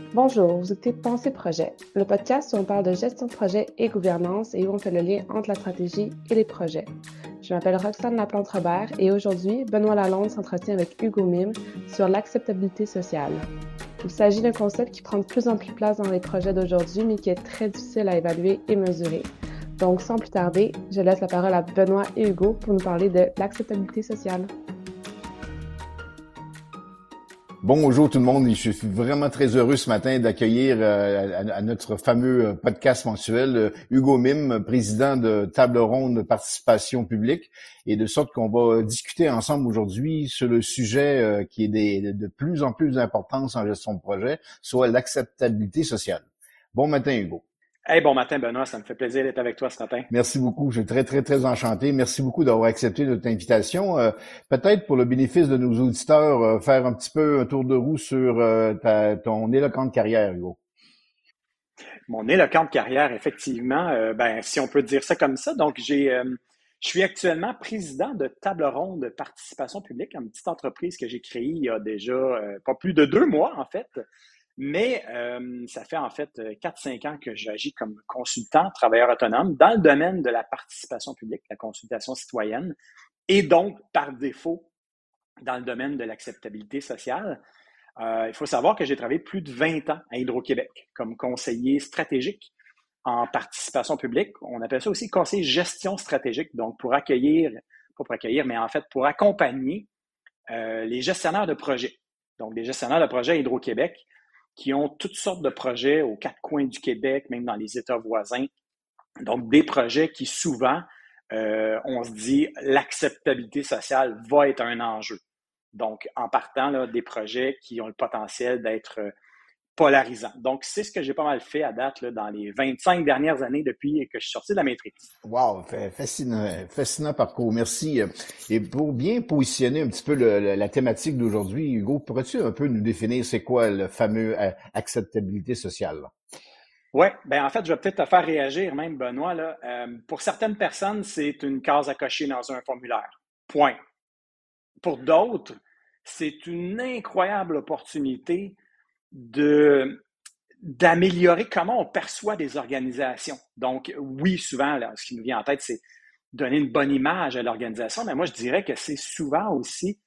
Bonjour, vous écoutez Pensée Projet, le podcast où on parle de gestion de projet et gouvernance et où on fait le lien entre la stratégie et les projets. Je m'appelle Roxane Laplante-Robert et aujourd'hui, Benoît Lalonde s'entretient avec Hugo Mime sur l'acceptabilité sociale. Il s'agit d'un concept qui prend de plus en plus place dans les projets d'aujourd'hui, mais qui est très difficile à évaluer et mesurer. Donc, sans plus tarder, je laisse la parole à Benoît et Hugo pour nous parler de l'acceptabilité sociale. Bonjour tout le monde, je suis vraiment très heureux ce matin d'accueillir à notre fameux podcast mensuel Hugo Mime, président de Table Ronde de Participation Publique, et de sorte qu'on va discuter ensemble aujourd'hui sur le sujet qui est de plus en plus d'importance en gestion de projet, soit l'acceptabilité sociale. Bon matin Hugo. Hey, bon matin Benoît, ça me fait plaisir d'être avec toi ce matin. Merci beaucoup, je suis très enchanté. Merci beaucoup d'avoir accepté notre invitation. Peut-être pour le bénéfice de nos auditeurs, faire un petit peu un tour de roue sur ton éloquente carrière, Hugo. Mon éloquente carrière, effectivement, si on peut dire ça comme ça. Donc, je suis actuellement président de Table Ronde de Participation Publique, une petite entreprise que j'ai créée il y a déjà pas plus de 2 mois, en fait. Mais ça fait en fait 4-5 ans que j'agis comme consultant, travailleur autonome dans le domaine de la participation publique, la consultation citoyenne, et donc, par défaut, dans le domaine de l'acceptabilité sociale. Il faut savoir que j'ai travaillé plus de 20 ans à Hydro-Québec comme conseiller stratégique en participation publique. On appelle ça aussi conseiller gestion stratégique, donc pour accueillir, pas pour accueillir, mais en fait pour accompagner les gestionnaires de projets. Donc, des gestionnaires de projets à Hydro-Québec qui ont toutes sortes de projets aux 4 coins du Québec, même dans les États voisins. Donc, des projets qui souvent, on se dit, l'acceptabilité sociale va être un enjeu. Donc, en partant là, des projets qui ont le potentiel d'être polarisants. Donc, c'est ce que j'ai pas mal fait à date là, dans les 25 dernières années depuis que je suis sorti de la maîtrise. Wow, fascinant parcours. Merci. Et pour bien positionner un petit peu la thématique d'aujourd'hui, Hugo, pourrais-tu un peu nous définir c'est quoi le fameux acceptabilité sociale? Oui, ben en fait, je vais peut-être te faire réagir même, Benoît. Là. Pour certaines personnes, c'est une case à cocher dans un formulaire. Point. Pour d'autres, c'est une incroyable opportunité d'améliorer comment on perçoit des organisations. Donc, oui, souvent, là, ce qui nous vient en tête, c'est donner une bonne image à l'organisation, mais moi, je dirais que c'est souvent aussi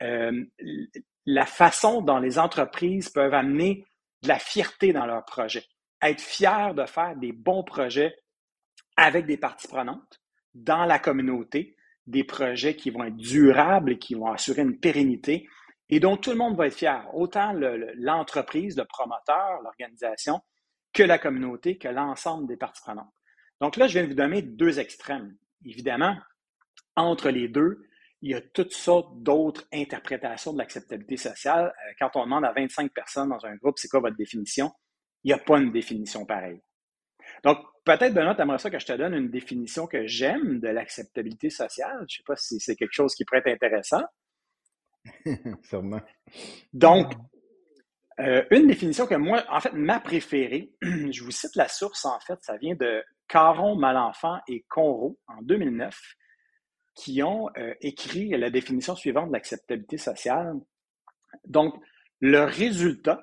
la façon dont les entreprises peuvent amener de la fierté dans leurs projets. Être fier de faire des bons projets avec des parties prenantes dans la communauté, des projets qui vont être durables et qui vont assurer une pérennité et dont tout le monde va être fier, autant l'entreprise, le promoteur, l'organisation, que la communauté, que l'ensemble des parties prenantes. Donc là, je viens de vous donner 2 extrêmes. Évidemment, entre les deux, il y a toutes sortes d'autres interprétations de l'acceptabilité sociale. Quand on demande à 25 personnes dans un groupe, c'est quoi votre définition? Il n'y a pas une définition pareille. Donc, peut-être, Benoît, tu aimerais ça que je te donne une définition que j'aime de l'acceptabilité sociale. Je ne sais pas si c'est quelque chose qui pourrait être intéressant. Sûrement. Donc, une définition que moi, en fait, ma préférée, je vous cite la source, en fait, ça vient de Caron, Malenfant et Conro en 2009, qui ont écrit la définition suivante de l'acceptabilité sociale. Donc, le résultat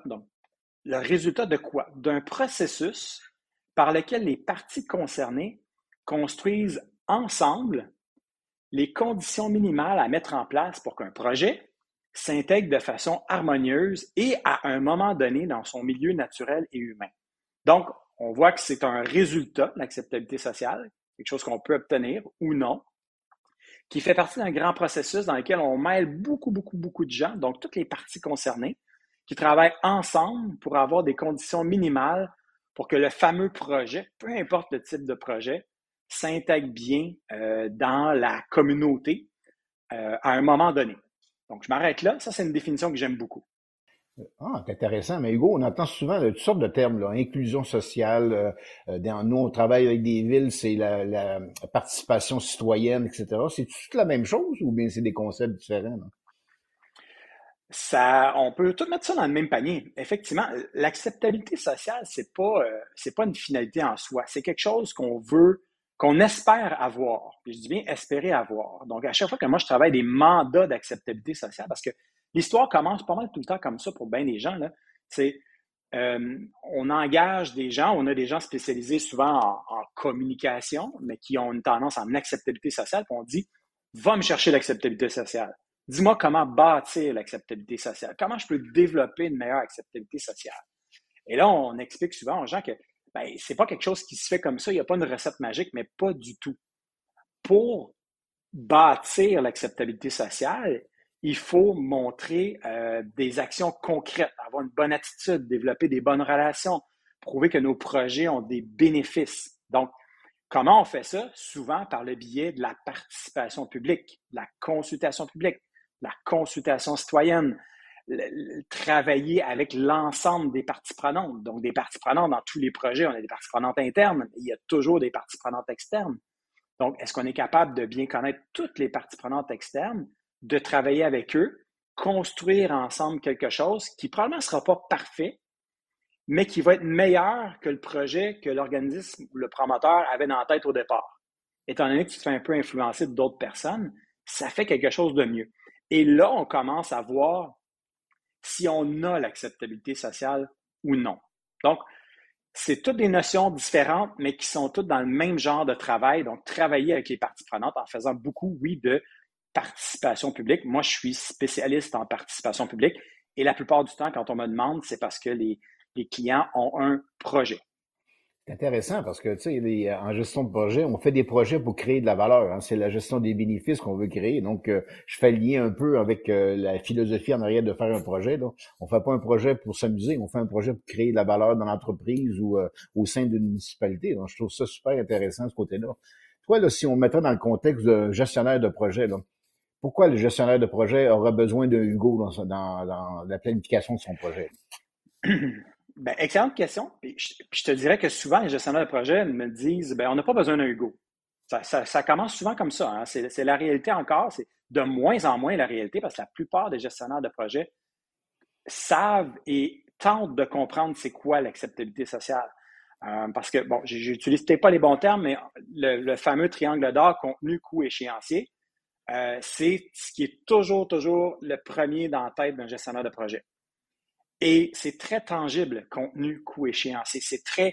de quoi? D'un processus par lequel les parties concernées construisent ensemble les conditions minimales à mettre en place pour qu'un projet s'intègre de façon harmonieuse et à un moment donné dans son milieu naturel et humain. Donc, on voit que c'est un résultat, l'acceptabilité sociale, quelque chose qu'on peut obtenir ou non, qui fait partie d'un grand processus dans lequel on mêle beaucoup de gens, donc toutes les parties concernées, qui travaillent ensemble pour avoir des conditions minimales pour que le fameux projet, peu importe le type de projet, s'intègre bien dans la communauté à un moment donné. Donc, je m'arrête là. Ça, c'est une définition que j'aime beaucoup. Ah, c'est intéressant. Mais Hugo, on entend souvent toutes sortes de termes, là, inclusion sociale. Nous, on travaille avec des villes, c'est la participation citoyenne, etc. C'est tout la même chose ou bien c'est des concepts différents? Là? On peut tout mettre ça dans le même panier. Effectivement, l'acceptabilité sociale, c'est pas une finalité en soi. C'est quelque chose qu'on veut, qu'on espère avoir. Puis je dis bien espérer avoir. Donc, à chaque fois que moi, je travaille des mandats d'acceptabilité sociale, parce que l'histoire commence pas mal tout le temps comme ça pour bien des gens, là, c'est On engage des gens, on a des gens spécialisés souvent en communication, mais qui ont une tendance en acceptabilité sociale, puis on dit, va me chercher l'acceptabilité sociale. Dis-moi comment bâtir l'acceptabilité sociale. Comment je peux développer une meilleure acceptabilité sociale. Et là, on explique souvent aux gens que c'est pas quelque chose qui se fait comme ça, il n'y a pas une recette magique, mais pas du tout. Pour bâtir l'acceptabilité sociale, il faut montrer des actions concrètes, avoir une bonne attitude, développer des bonnes relations, prouver que nos projets ont des bénéfices. Donc, comment on fait ça? Souvent par le biais de la participation publique, de la consultation publique, de la consultation citoyenne, travailler avec l'ensemble des parties prenantes. Donc, des parties prenantes dans tous les projets, on a des parties prenantes internes, mais il y a toujours des parties prenantes externes. Donc, est-ce qu'on est capable de bien connaître toutes les parties prenantes externes, de travailler avec eux, construire ensemble quelque chose qui probablement ne sera pas parfait, mais qui va être meilleur que le projet que l'organisme ou le promoteur avait dans la tête au départ. Étant donné que tu te fais un peu influencer d'autres personnes, ça fait quelque chose de mieux. Et là, on commence à voir si on a l'acceptabilité sociale ou non. Donc, c'est toutes des notions différentes, mais qui sont toutes dans le même genre de travail. Donc, travailler avec les parties prenantes en faisant beaucoup, oui, de participation publique. Moi, je suis spécialiste en participation publique et la plupart du temps, quand on me demande, c'est parce que les clients ont un projet. C'est intéressant parce que, tu sais, en gestion de projet, on fait des projets pour créer de la valeur. Hein. C'est la gestion des bénéfices qu'on veut créer. Donc, je fais le lien un peu avec la philosophie en arrière de faire un projet. Donc, on fait pas un projet pour s'amuser, on fait un projet pour créer de la valeur dans l'entreprise ou au sein d'une municipalité. Donc, je trouve ça super intéressant, ce côté-là. Toi, là, si on mettait dans le contexte de gestionnaire de projet, là, pourquoi le gestionnaire de projet aura besoin d'un Hugo dans la planification de son projet? Excellente question. Puis je te dirais que souvent, les gestionnaires de projet me disent, on n'a pas besoin d'un Hugo. Ça commence souvent comme ça. Hein. C'est la réalité encore. C'est de moins en moins la réalité parce que la plupart des gestionnaires de projet savent et tentent de comprendre c'est quoi l'acceptabilité sociale. Parce que, j'utilise peut-être pas les bons termes, mais le fameux triangle d'or, contenu, coût, échéancier, c'est ce qui est toujours le premier dans la tête d'un gestionnaire de projet. Et c'est très tangible, contenu, coût, échéancier. C'est très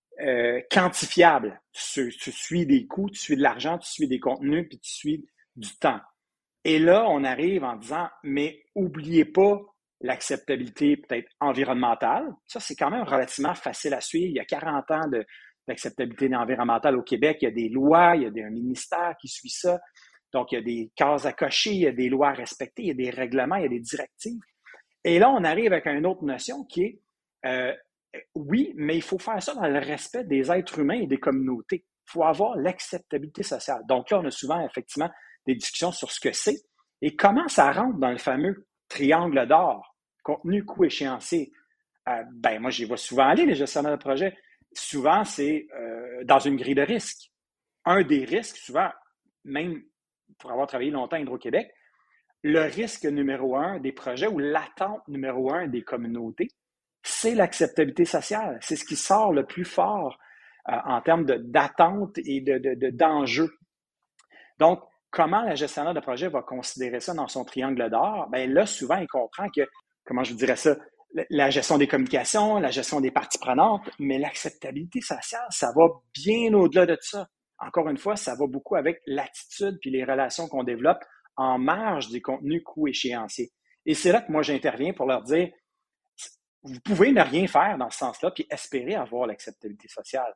quantifiable. Tu suis des coûts, tu suis de l'argent, tu suis des contenus, puis tu suis du temps. Et là, on arrive en disant, mais oubliez pas l'acceptabilité peut-être environnementale. Ça, c'est quand même relativement facile à suivre. Il y a 40 ans d'acceptabilité environnementale au Québec. Il y a des lois, il y a un ministère qui suit ça. Donc, il y a des cases à cocher, il y a des lois à respecter, il y a des règlements, il y a des directives. Et là, on arrive avec une autre notion qui est, oui, mais il faut faire ça dans le respect des êtres humains et des communautés. Il faut avoir l'acceptabilité sociale. Donc là, on a souvent, effectivement, des discussions sur ce que c'est et comment ça rentre dans le fameux triangle d'or, contenu, coût, échéancier. Moi, j'y vois souvent aller, les gestionnaires de projet. Souvent, c'est dans une grille de risques. Un des risques, souvent, même pour avoir travaillé longtemps à Hydro-Québec, le risque numéro un des projets ou l'attente numéro un des communautés, c'est l'acceptabilité sociale. C'est ce qui sort le plus fort en termes d'attente et d'enjeux. Donc, comment le gestionnaire de projet va considérer ça dans son triangle d'or? Là, souvent, il comprend que, comment je dirais ça, la gestion des communications, la gestion des parties prenantes, mais l'acceptabilité sociale, ça va bien au-delà de ça. Encore une fois, ça va beaucoup avec l'attitude puis les relations qu'on développe en marge des contenus coûts échéanciers. Et c'est là que moi, j'interviens pour leur dire, vous pouvez ne rien faire dans ce sens-là puis espérer avoir l'acceptabilité sociale.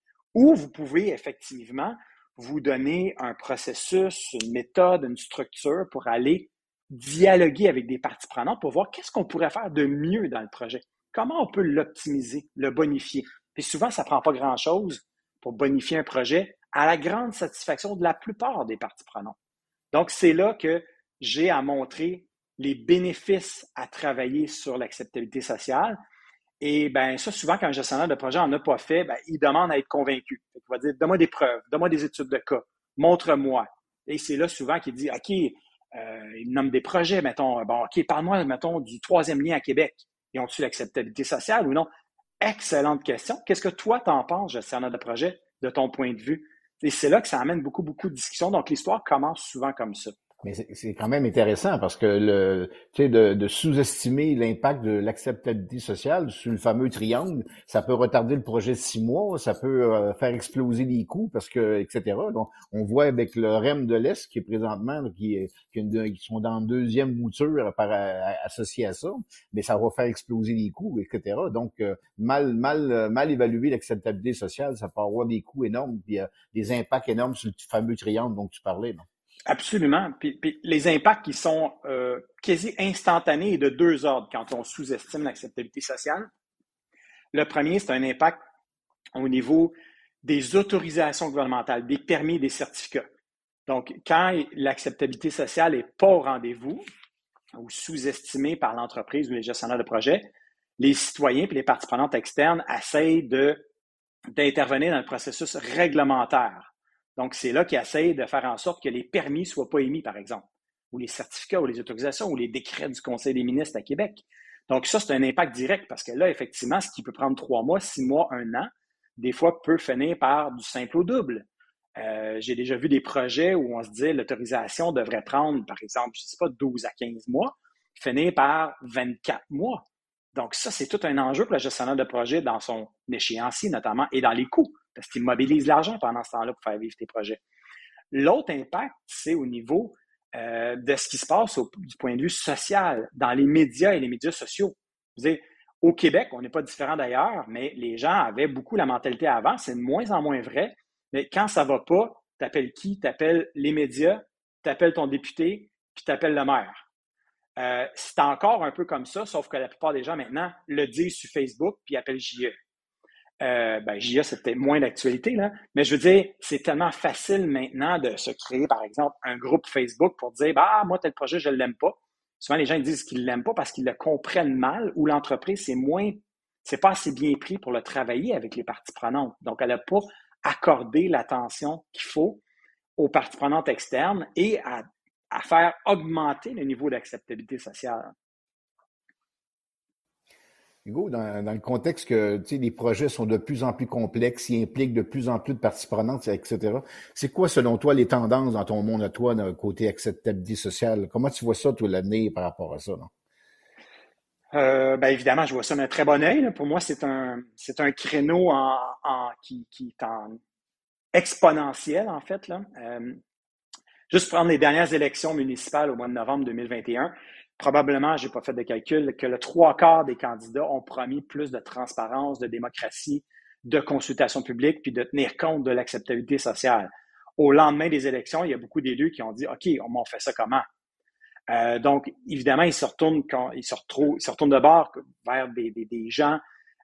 Ou vous pouvez effectivement vous donner un processus, une méthode, une structure pour aller dialoguer avec des parties prenantes pour voir qu'est-ce qu'on pourrait faire de mieux dans le projet. Comment on peut l'optimiser, le bonifier. Puis souvent, ça ne prend pas grand-chose pour bonifier un projet à la grande satisfaction de la plupart des parties prenantes. Donc, c'est là que j'ai à montrer les bénéfices à travailler sur l'acceptabilité sociale. Et ça, souvent, quand un gestionnaire de projet n'en a pas fait, il demande à être convaincu. Il va dire, donne-moi des preuves, donne-moi des études de cas, montre-moi. Et c'est là souvent qu'il dit, OK, il nomme des projets, mettons, OK, parle-moi, mettons, du 3e lien à Québec. Ils ont-tu l'acceptabilité sociale ou non? Excellente question. Qu'est-ce que toi, t'en penses, gestionnaire de projet, de ton point de vue? Et c'est là que ça amène beaucoup de discussions. Donc, l'histoire commence souvent comme ça. Mais c'est quand même intéressant parce que tu sais, de sous-estimer l'impact de l'acceptabilité sociale sur le fameux triangle, ça peut retarder le projet de 6 mois, ça peut faire exploser les coûts parce que, etc. Donc, on voit avec le REM de l'Est qui est présentement, qui sont dans la deuxième mouture associée à ça, mais ça va faire exploser les coûts, etc. Donc, mal évaluer l'acceptabilité sociale, ça peut avoir des coûts énormes, puis des impacts énormes sur le fameux triangle dont tu parlais, non? Absolument. Puis les impacts qui sont quasi instantanés et de deux ordres quand on sous-estime l'acceptabilité sociale. Le premier, c'est un impact au niveau des autorisations gouvernementales, des permis, des certificats. Donc, quand l'acceptabilité sociale n'est pas au rendez-vous ou sous-estimée par l'entreprise ou les gestionnaires de projet, les citoyens et les parties prenantes externes essayent d'intervenir dans le processus réglementaire. Donc, c'est là qu'ils essayent de faire en sorte que les permis ne soient pas émis, par exemple, ou les certificats, ou les autorisations, ou les décrets du Conseil des ministres à Québec. Donc, ça, c'est un impact direct parce que là, effectivement, ce qui peut prendre 3 mois, 6 mois, 1 an, des fois peut finir par du simple au double. J'ai déjà vu des projets où on se dit l'autorisation devrait prendre, par exemple, je ne sais pas, 12 à 15 mois, finir par 24 mois. Donc, ça, c'est tout un enjeu pour le gestionnaire de projet dans son échéancier, notamment, et dans les coûts, parce qu'il mobilise l'argent pendant ce temps-là pour faire vivre tes projets. L'autre impact, c'est au niveau de ce qui se passe du point de vue social, dans les médias et les médias sociaux. Vous savez, au Québec, on n'est pas différent d'ailleurs, mais les gens avaient beaucoup la mentalité avant, c'est de moins en moins vrai, mais quand ça ne va pas, t'appelles qui? T'appelles les médias, t'appelles ton député, puis t'appelles le maire. C'est encore un peu comme ça, sauf que la plupart des gens maintenant le disent sur Facebook puis appellent JE. JE, c'est peut-être moins d'actualité, là, mais je veux dire, c'est tellement facile maintenant de se créer, par exemple, un groupe Facebook pour dire moi, tel projet, je ne l'aime pas. Souvent, les gens disent qu'ils ne l'aiment pas parce qu'ils le comprennent mal ou l'entreprise, c'est pas assez bien pris pour le travailler avec les parties prenantes. Donc, elle n'a pas accordé l'attention qu'il faut aux parties prenantes externes et à faire augmenter le niveau d'acceptabilité sociale. Hugo, dans le contexte que les projets sont de plus en plus complexes, ils impliquent de plus en plus de parties prenantes, etc., c'est quoi, selon toi, les tendances dans ton monde à toi, dans le côté acceptabilité sociale? Comment tu vois ça, toi, l'avenir par rapport à ça? Non? Évidemment, je vois ça d'un très bon œil. Pour moi, c'est un créneau qui est en exponentiel, en fait. Là. Juste prendre les dernières élections municipales au mois de novembre 2021, probablement, je n'ai pas fait de calcul, que le 3/4 des candidats ont promis plus de transparence, de démocratie, de consultation publique, puis de tenir compte de l'acceptabilité sociale. Au lendemain des élections, il y a beaucoup d'élus qui ont dit « OK, on fait ça comment? » Donc, évidemment, ils se retournent de bord vers des gens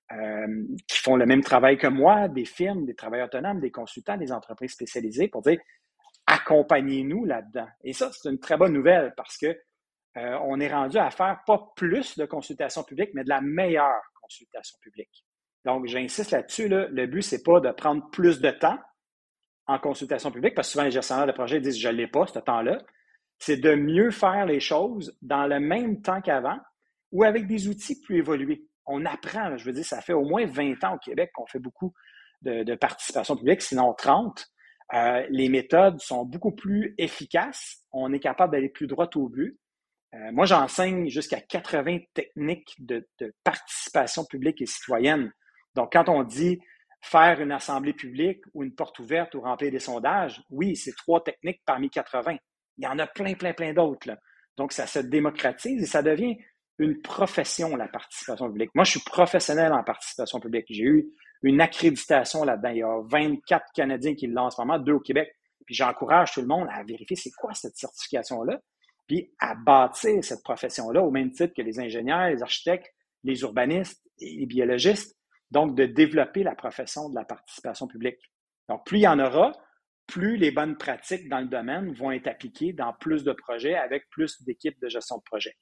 qui font le même travail que moi, des firmes, des travailleurs autonomes, des consultants, des entreprises spécialisées pour dire accompagnez-nous là-dedans. Et ça, c'est une très bonne nouvelle parce que on est rendu à faire pas plus de consultation publique, mais de la meilleure consultation publique. Donc, j'insiste là-dessus, là, le but, c'est pas de prendre plus de temps en consultation publique, parce que souvent les gestionnaires de projet disent « je ne l'ai pas, ce temps-là ». C'est de mieux faire les choses dans le même temps qu'avant ou avec des outils plus évolués. On apprend, je veux dire, ça fait au moins 20 ans au Québec qu'on fait beaucoup de participation publique, sinon 30. Les méthodes sont beaucoup plus efficaces. On est capable d'aller plus droit au but. Moi, j'enseigne jusqu'à 80 techniques de participation publique et citoyenne. Donc, quand on dit faire une assemblée publique ou une porte ouverte ou remplir des sondages, oui, c'est 3 techniques parmi 80. Il y en a plein d'autres. Là. Donc, ça se démocratise et ça devient une profession, la participation publique. Moi, je suis professionnel en participation publique. J'ai eu une accréditation là-dedans. Il y a 24 Canadiens qui l'ont en ce moment, 2 au Québec. Puis j'encourage tout le monde à vérifier c'est quoi cette certification-là, puis à bâtir cette profession-là au même titre que les ingénieurs, les architectes, les urbanistes et les biologistes. Donc, de développer la profession de la participation publique. Donc, plus il y en aura, plus les bonnes pratiques dans le domaine vont être appliquées dans plus de projets avec plus d'équipes de gestion de projet.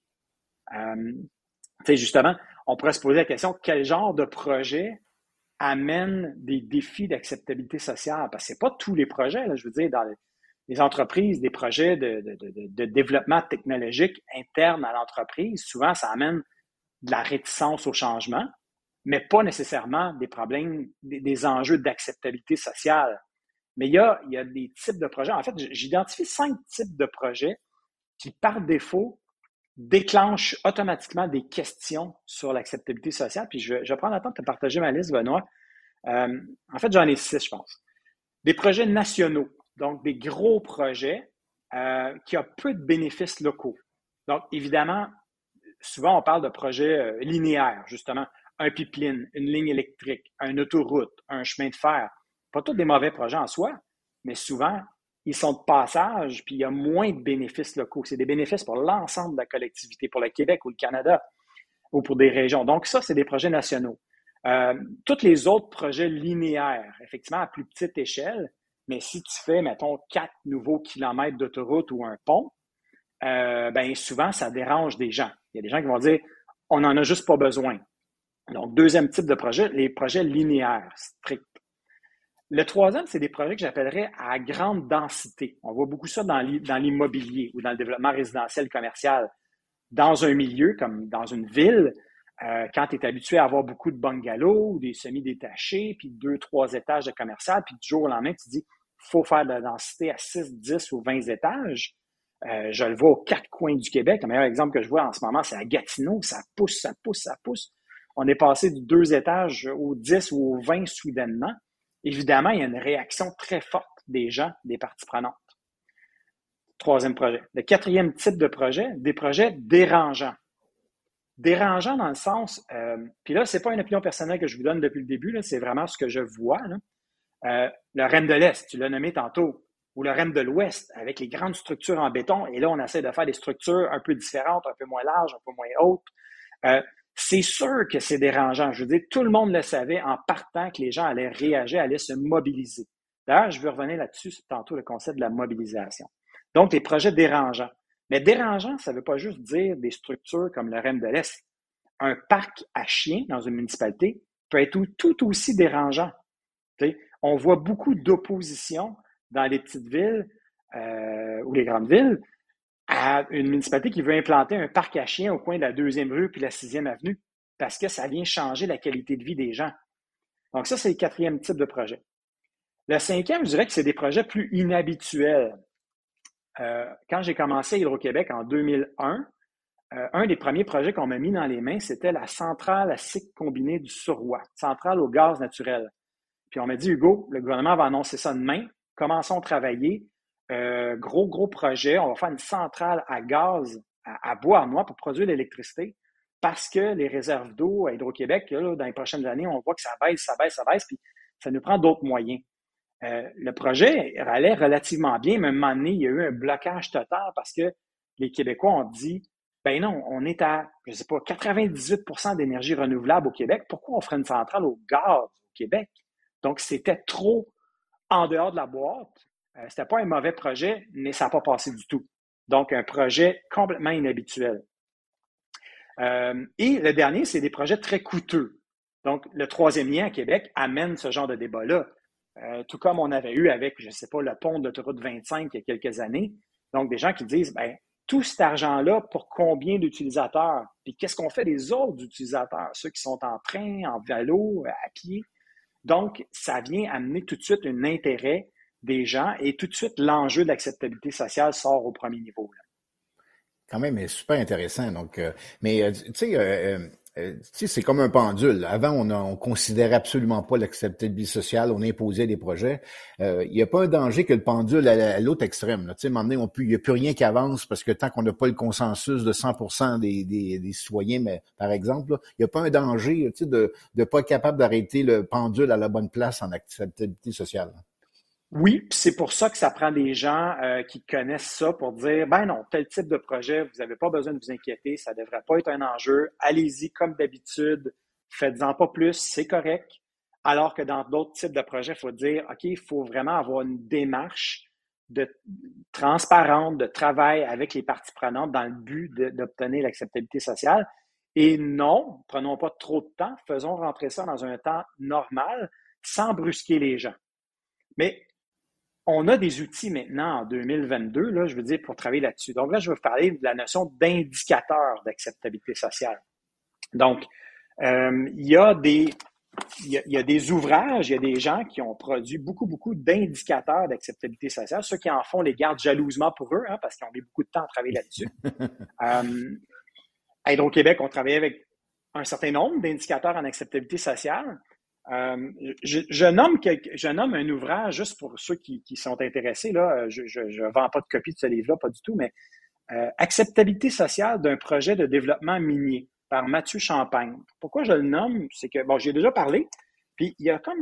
Justement, on pourrait se poser la question, quel genre de projet amène des défis d'acceptabilité sociale? Parce que ce n'est pas tous les projets, là, je veux dire, dans les entreprises, des projets de développement technologique interne à l'entreprise, souvent, ça amène de la réticence au changement, mais pas nécessairement des problèmes, des enjeux d'acceptabilité sociale. Mais il y a des types de projets. En fait, j'identifie 5 types de projets qui, par défaut, déclenche automatiquement des questions sur l'acceptabilité sociale. Puis je vais prendre le temps de te partager ma liste, Benoît. En fait, j'en ai 6, je pense. Des projets nationaux, donc des gros projets qui ont peu de bénéfices locaux. Donc, évidemment, souvent, on parle de projets linéaires, justement. Un pipeline, une ligne électrique, une autoroute, un chemin de fer. Pas tous des mauvais projets en soi, mais souvent, ils sont de passage, puis il y a moins de bénéfices locaux. C'est des bénéfices pour l'ensemble de la collectivité, pour le Québec ou le Canada, ou pour des régions. Donc ça, c'est des projets nationaux. Tous les autres projets linéaires, effectivement, à plus petite échelle, mais si tu fais, mettons, 4 nouveaux kilomètres d'autoroute ou un pont, ben souvent, ça dérange des gens. Il y a des gens qui vont dire, on n'en a juste pas besoin. Donc, deuxième type de projet, les projets linéaires, stricts. Le troisième, c'est des projets que j'appellerais à grande densité. On voit beaucoup ça dans l'immobilier ou dans le développement résidentiel commercial. Dans un milieu, comme dans une ville, quand tu es habitué à avoir beaucoup de bungalows ou des semi-détachés, puis 2, 3 étages de commercial, puis du jour au lendemain, tu te dis, il faut faire de la densité à 6, 10 ou 20 étages. Je le vois aux 4 coins du Québec. Le meilleur exemple que je vois en ce moment, c'est à Gatineau. Ça pousse, ça pousse, ça pousse. On est passé du 2 étages au 10 ou au 20 soudainement. Évidemment, il y a une réaction très forte des gens, des parties prenantes. Troisième projet. Le quatrième type de projet, des projets dérangeants. Dérangeants dans le sens, puis là, c'est pas une opinion personnelle que je vous donne depuis le début, là, c'est vraiment ce que je vois. Le REM de l'Est, tu l'as nommé tantôt, ou le REM de l'Ouest, avec les grandes structures en béton, et là, on essaie de faire des structures un peu différentes, un peu moins larges, un peu moins hautes. C'est sûr que c'est dérangeant. Je veux dire, tout le monde le savait en partant que les gens allaient réagir, allaient se mobiliser. D'ailleurs, je veux revenir là-dessus tantôt, le concept de la mobilisation. Donc, les projets dérangeants. Mais dérangeant, ça ne veut pas juste dire des structures comme le REM de l'Est. Un parc à chiens dans une municipalité peut être tout aussi dérangeant. T'sais, on voit beaucoup d'opposition dans les petites villes ou les grandes villes à une municipalité qui veut implanter un parc à chiens au coin de la 2e rue puis la 6e avenue parce que ça vient changer la qualité de vie des gens. Donc ça, c'est le 4e type de projet. Le 5e, je dirais que c'est des projets plus inhabituels. Quand j'ai commencé à Hydro-Québec en 2001, un des premiers projets qu'on m'a mis dans les mains, c'était la centrale à cycle combiné du Surroi, centrale au gaz naturel. Puis on m'a dit, Hugo, le gouvernement va annoncer ça demain, commençons à travailler. Gros projet, on va faire une centrale à gaz à Bois-Arnois pour produire l'électricité parce que les réserves d'eau à Hydro-Québec, là, dans les prochaines années, on voit que ça baisse, puis ça nous prend d'autres moyens. Le projet allait relativement bien, mais à un moment donné, il y a eu un blocage total parce que les Québécois ont dit, ben non, on est à, je sais pas, 98% d'énergie renouvelable au Québec. Pourquoi on ferait une centrale au gaz au Québec? Donc, c'était trop en dehors de la boîte. C'était pas un mauvais projet, mais ça n'a pas passé du tout. Donc, un projet complètement inhabituel. Et le dernier, c'est des projets très coûteux. Donc, le 3e lien à Québec amène ce genre de débat-là. Tout comme on avait eu avec, je ne sais pas, le pont de l'autoroute 25 il y a quelques années. Donc, des gens qui disent, ben, tout cet argent-là, pour combien d'utilisateurs? Puis qu'est-ce qu'on fait des autres utilisateurs? Ceux qui sont en train, en vélo, à pied. Donc, ça vient amener tout de suite un intérêt des gens et tout de suite, l'enjeu de l'acceptabilité sociale sort au premier niveau. Là. Quand même, c'est super intéressant. Donc, mais tu sais, c'est comme un pendule. Avant, on considérait absolument pas l'acceptabilité sociale, on imposait des projets. Il n'y a pas un danger que le pendule à l'autre extrême. Tu sais, à un moment donné, il n'y a plus rien qui avance parce que tant qu'on n'a pas le consensus de 100% des citoyens, mais par exemple, il n'y a pas un danger, tu sais, de pas être capable d'arrêter le pendule à la bonne place en acceptabilité sociale. Oui, puis c'est pour ça que ça prend des gens qui connaissent ça pour dire, ben non, tel type de projet, vous n'avez pas besoin de vous inquiéter, ça ne devrait pas être un enjeu. Allez-y comme d'habitude, faites-en pas plus, c'est correct. Alors que dans d'autres types de projets, il faut dire, OK, il faut vraiment avoir une démarche transparente de travail avec les parties prenantes dans le but d'obtenir l'acceptabilité sociale. Et non, prenons pas trop de temps, faisons rentrer ça dans un temps normal sans brusquer les gens. Mais on a des outils maintenant en 2022, là, je veux dire, pour travailler là-dessus. Donc là, je vais vous parler de la notion d'indicateur d'acceptabilité sociale. Donc, il y a des il y a des ouvrages, il y a des gens qui ont produit beaucoup, beaucoup d'indicateurs d'acceptabilité sociale. Ceux qui en font les gardent jalousement pour eux, parce qu'ils ont mis beaucoup de temps à travailler là-dessus. À Hydro-Québec, on travaillait avec un certain nombre d'indicateurs en acceptabilité sociale. Je nomme un ouvrage juste pour ceux qui sont intéressés. Là, je ne vends pas de copie de ce livre-là, pas du tout, mais Acceptabilité sociale d'un projet de développement minier par Mathieu Champagne. Pourquoi je le nomme? C'est que, bon, j'ai déjà parlé, puis il y a comme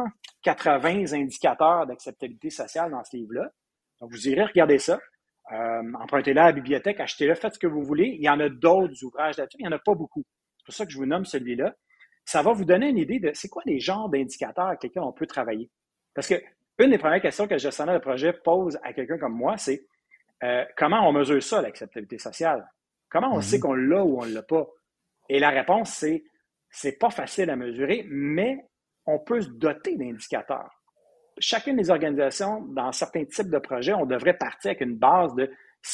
180 indicateurs d'acceptabilité sociale dans ce livre-là. Donc, vous irez regarder ça. Empruntez-le à la bibliothèque, achetez-le, faites ce que vous voulez. Il y en a d'autres ouvrages là-dessus, il n'y en a pas beaucoup. C'est pour ça que je vous nomme celui-là. Ça va vous donner une idée de c'est quoi les genres d'indicateurs avec lesquels on peut travailler. Parce que une des premières questions que le gestionnaire de projet pose à quelqu'un comme moi, c'est comment on mesure ça, l'acceptabilité sociale? Comment on sait qu'on l'a ou on ne l'a pas? Et la réponse, c'est pas facile à mesurer, mais on peut se doter d'indicateurs. Chacune des organisations, dans certains types de projets, on devrait partir avec une base de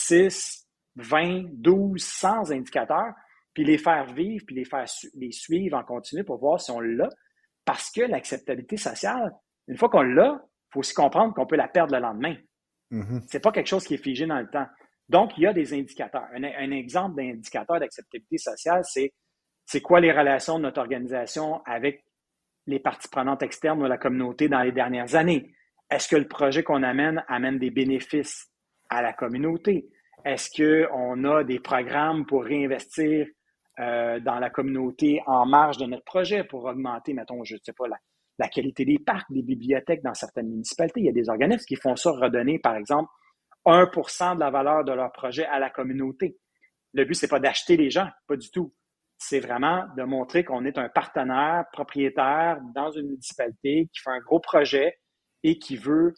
6, 20, 12, 100 indicateurs, puis les faire vivre, puis les suivre en continu pour voir si on l'a. Parce que l'acceptabilité sociale, une fois qu'on l'a, il faut aussi comprendre qu'on peut la perdre le lendemain. C'est pas quelque chose qui est figé dans le temps. Donc, il y a des indicateurs. Un exemple d'indicateur d'acceptabilité sociale, c'est quoi les relations de notre organisation avec les parties prenantes externes ou la communauté dans les dernières années? Est-ce que le projet qu'on amène des bénéfices à la communauté? Est-ce qu'on a des programmes pour réinvestir dans la communauté en marge de notre projet pour augmenter, mettons, je ne sais pas, la qualité des parcs, des bibliothèques dans certaines municipalités? Il y a des organismes qui font ça, redonner, par exemple, 1% de la valeur de leur projet à la communauté. Le but, c'est pas d'acheter les gens, pas du tout. C'est vraiment de montrer qu'on est un partenaire propriétaire dans une municipalité qui fait un gros projet et qui veut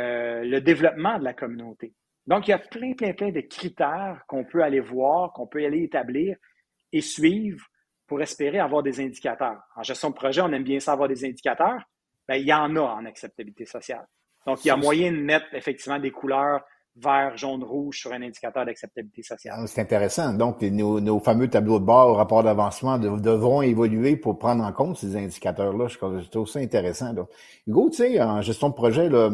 le développement de la communauté. Donc, il y a plein de critères qu'on peut aller voir, qu'on peut aller établir et suivre pour espérer avoir des indicateurs. En gestion de projet, on aime bien ça avoir des indicateurs. Bien, il y en a en acceptabilité sociale. Donc, il y a moyen de mettre effectivement des couleurs vert, jaune, rouge sur un indicateur d'acceptabilité sociale. C'est intéressant. Donc, nos fameux tableaux de bord, rapports d'avancement devront évoluer pour prendre en compte ces indicateurs-là. Je trouve ça intéressant. Donc, Hugo, tu sais, en gestion de projet, là,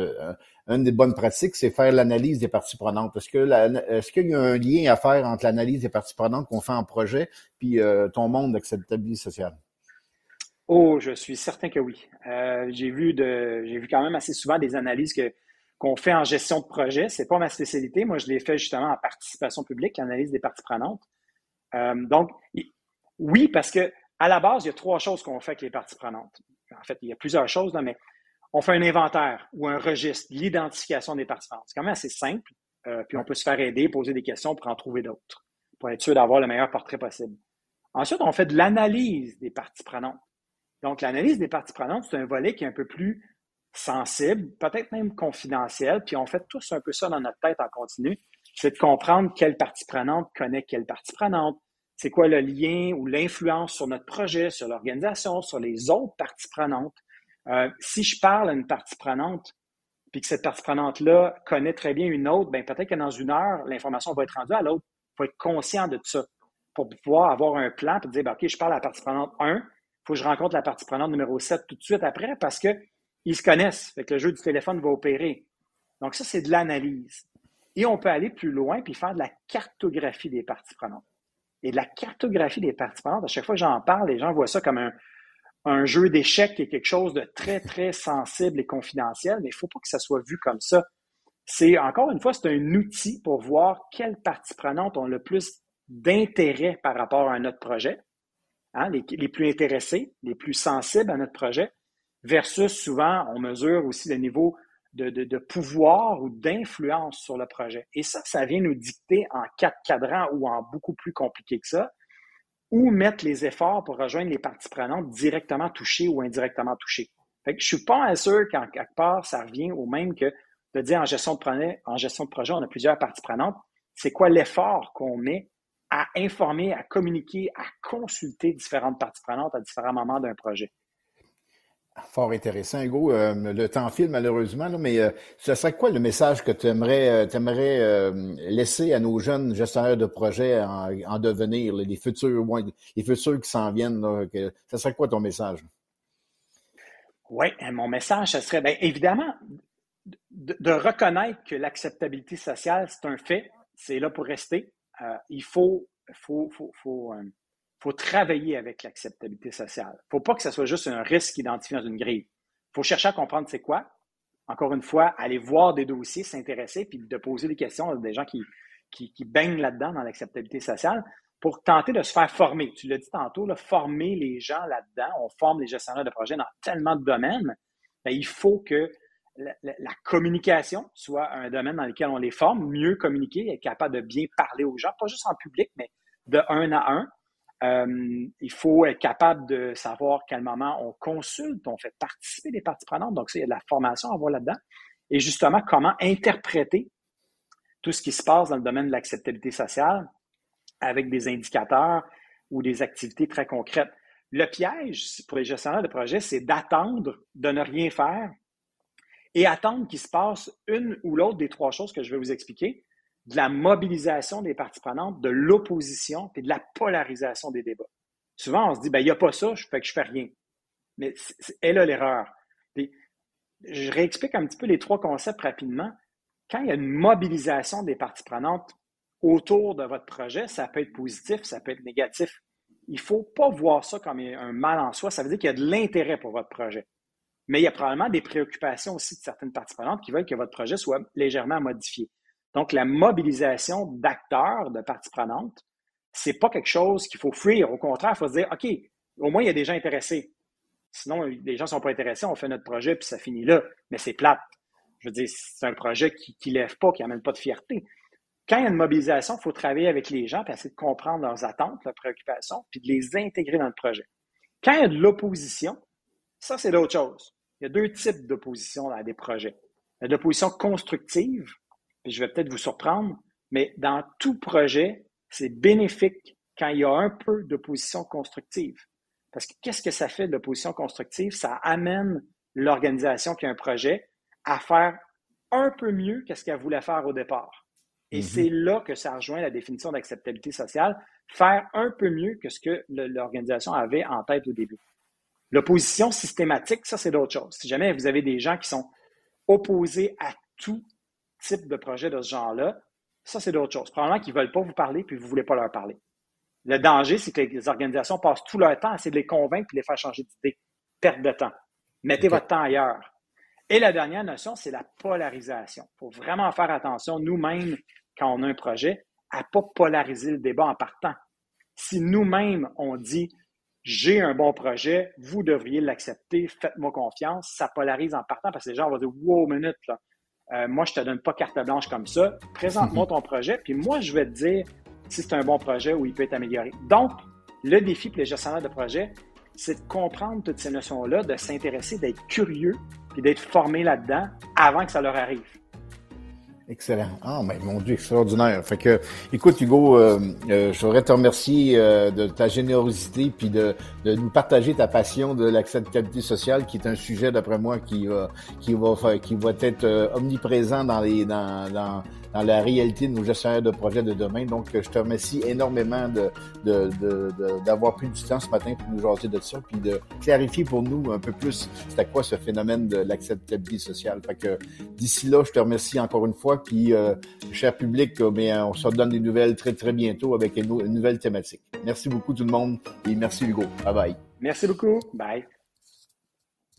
une des bonnes pratiques, c'est faire l'analyse des parties prenantes. Est-ce qu'il y a un lien à faire entre l'analyse des parties prenantes qu'on fait en projet puis ton monde d'acceptabilité sociale? Oh, je suis certain que oui. J'ai vu quand même assez souvent des analyses qu'on fait en gestion de projet. C'est pas ma spécialité. Moi, je l'ai fait justement en participation publique, l'analyse des parties prenantes. Donc, oui, parce que à la base, il y a 3 choses qu'on fait avec les parties prenantes. En fait, il y a plusieurs choses, là, mais on fait un inventaire ou un registre, l'identification des parties prenantes. C'est quand même assez simple. Puis on peut se faire aider, poser des questions pour en trouver d'autres, pour être sûr d'avoir le meilleur portrait possible. Ensuite, on fait de l'analyse des parties prenantes. Donc, l'analyse des parties prenantes, c'est un volet qui est un peu plus sensible, peut-être même confidentiel, puis on fait tous un peu ça dans notre tête en continu, c'est de comprendre quelle partie prenante connaît quelle partie prenante, c'est quoi le lien ou l'influence sur notre projet, sur l'organisation, sur les autres parties prenantes. Si je parle à une partie prenante, puis que cette partie prenante-là connaît très bien une autre, bien peut-être que dans 1 heure, l'information va être rendue à l'autre. Il faut être conscient de tout ça pour pouvoir avoir un plan et dire, bien, OK, je parle à la partie prenante 1, il faut que je rencontre la partie prenante numéro 7 tout de suite après parce qu'ils se connaissent. Fait que le jeu du téléphone va opérer. Donc, ça, c'est de l'analyse. Et on peut aller plus loin puis faire de la cartographie des parties prenantes. Et de la cartographie des parties prenantes, à chaque fois que j'en parle, les gens voient ça comme un jeu d'échecs qui est quelque chose de très, très sensible et confidentiel, mais il ne faut pas que ça soit vu comme ça. Encore une fois, c'est un outil pour voir quelles parties prenantes ont le plus d'intérêt par rapport à notre projet, hein, les plus intéressés, les plus sensibles à notre projet, versus souvent, on mesure aussi le niveau de pouvoir ou d'influence sur le projet. Et ça vient nous dicter en 4 cadrans ou en beaucoup plus compliqué que ça, où mettre les efforts pour rejoindre les parties prenantes directement touchées ou indirectement touchées. Fait que je suis pas sûr qu'en quelque part, ça revient au même que de dire en gestion de projet, on a plusieurs parties prenantes. C'est quoi l'effort qu'on met à informer, à communiquer, à consulter différentes parties prenantes à différents moments d'un projet? Fort intéressant, Hugo. Le temps file malheureusement, là, mais ce serait quoi le message que tu aimerais laisser à nos jeunes gestionnaires de projets en devenir, les futurs qui s'en viennent? Là, ça serait quoi ton message? Oui, mon message, ce serait bien évidemment de reconnaître que l'acceptabilité sociale, c'est un fait, c'est là pour rester. Il faut travailler avec l'acceptabilité sociale. Il ne faut pas que ce soit juste un risque identifié dans une grille. Il faut chercher à comprendre c'est quoi. Encore une fois, aller voir des dossiers, s'intéresser, puis de poser des questions à des gens qui baignent là-dedans dans l'acceptabilité sociale pour tenter de se faire former. Tu l'as dit tantôt, là, former les gens là-dedans. On forme les gestionnaires de projets dans tellement de domaines. Bien, il faut que la communication soit un domaine dans lequel on les forme, mieux communiquer, être capable de bien parler aux gens, pas juste en public, mais de un à un. Il faut être capable de savoir quel moment on consulte, on fait participer des parties prenantes. Donc, ça, il y a de la formation à avoir là-dedans. Et justement, comment interpréter tout ce qui se passe dans le domaine de l'acceptabilité sociale avec des indicateurs ou des activités très concrètes. Le piège pour les gestionnaires de projet, c'est d'attendre, de ne rien faire et attendre qu'il se passe une ou l'autre des trois choses que je vais vous expliquer, de la mobilisation des parties prenantes, de l'opposition et de la polarisation des débats. Souvent, on se dit, il n'y a pas ça, fait que je fais rien. Mais c'est là l'erreur. Je réexplique un petit peu les trois concepts rapidement. Quand il y a une mobilisation des parties prenantes autour de votre projet, ça peut être positif, ça peut être négatif. Il ne faut pas voir ça comme un mal en soi. Ça veut dire qu'il y a de l'intérêt pour votre projet. Mais il y a probablement des préoccupations aussi de certaines parties prenantes qui veulent que votre projet soit légèrement modifié. Donc, la mobilisation d'acteurs, de parties prenantes, ce n'est pas quelque chose qu'il faut fuir. Au contraire, il faut se dire, OK, au moins, il y a des gens intéressés. Sinon, les gens ne sont pas intéressés, on fait notre projet, puis ça finit là. Mais c'est plate. Je veux dire, c'est un projet qui lève pas, qui n'amène pas de fierté. Quand il y a une mobilisation, il faut travailler avec les gens, puis essayer de comprendre leurs attentes, leurs préoccupations, puis de les intégrer dans le projet. Quand il y a de l'opposition, ça, c'est d'autres choses. Il y a deux types d'opposition à des projets. Il y a de l'opposition constructive, puis je vais peut-être vous surprendre, mais dans tout projet, c'est bénéfique quand il y a un peu d'opposition constructive. Parce que qu'est-ce que ça fait de l'opposition constructive? Ça amène l'organisation qui a un projet à faire un peu mieux que ce qu'elle voulait faire au départ. Et c'est là que ça rejoint la définition d'acceptabilité sociale, faire un peu mieux que ce que l'organisation avait en tête au début. L'opposition systématique, ça, c'est d'autres choses. Si jamais vous avez des gens qui sont opposés à tout type de projet de ce genre-là, ça, c'est d'autres choses. Probablement qu'ils ne veulent pas vous parler puis vous ne voulez pas leur parler. Le danger, c'est que les organisations passent tout leur temps à essayer de les convaincre et de les faire changer d'idée. Perte de temps. Mettez votre temps ailleurs. Et la dernière notion, c'est la polarisation. Il faut vraiment faire attention, nous-mêmes, quand on a un projet, à ne pas polariser le débat en partant. Si nous-mêmes, on dit « j'ai un bon projet, vous devriez l'accepter, faites-moi confiance », ça polarise en partant parce que les gens vont dire « wow, minute, là, moi, je ne te donne pas carte blanche comme ça, présente-moi ton projet, puis moi, je vais te dire si c'est un bon projet ou il peut être amélioré. » Donc, le défi pour les gestionnaires de projet, c'est de comprendre toutes ces notions-là, de s'intéresser, d'être curieux, puis d'être formé là-dedans avant que ça leur arrive. Excellent. Ah, mais mon Dieu, extraordinaire. Fait que, écoute, Hugo, je voudrais te remercier de ta générosité puis de nous partager ta passion de l'acceptabilité sociale, qui est un sujet, d'après moi, qui va être omniprésent dans la réalité de nos gestionnaires de projets de demain. Donc, je te remercie énormément d'avoir pris du temps ce matin pour nous jaser de ça, puis de clarifier pour nous un peu plus c'était quoi ce phénomène de l'acceptabilité sociale. Fait que d'ici là, je te remercie encore une fois, puis cher public, on se redonne des nouvelles très, très bientôt avec une nouvelle thématique. Merci beaucoup tout le monde et merci Hugo. Bye bye. Merci beaucoup. Bye.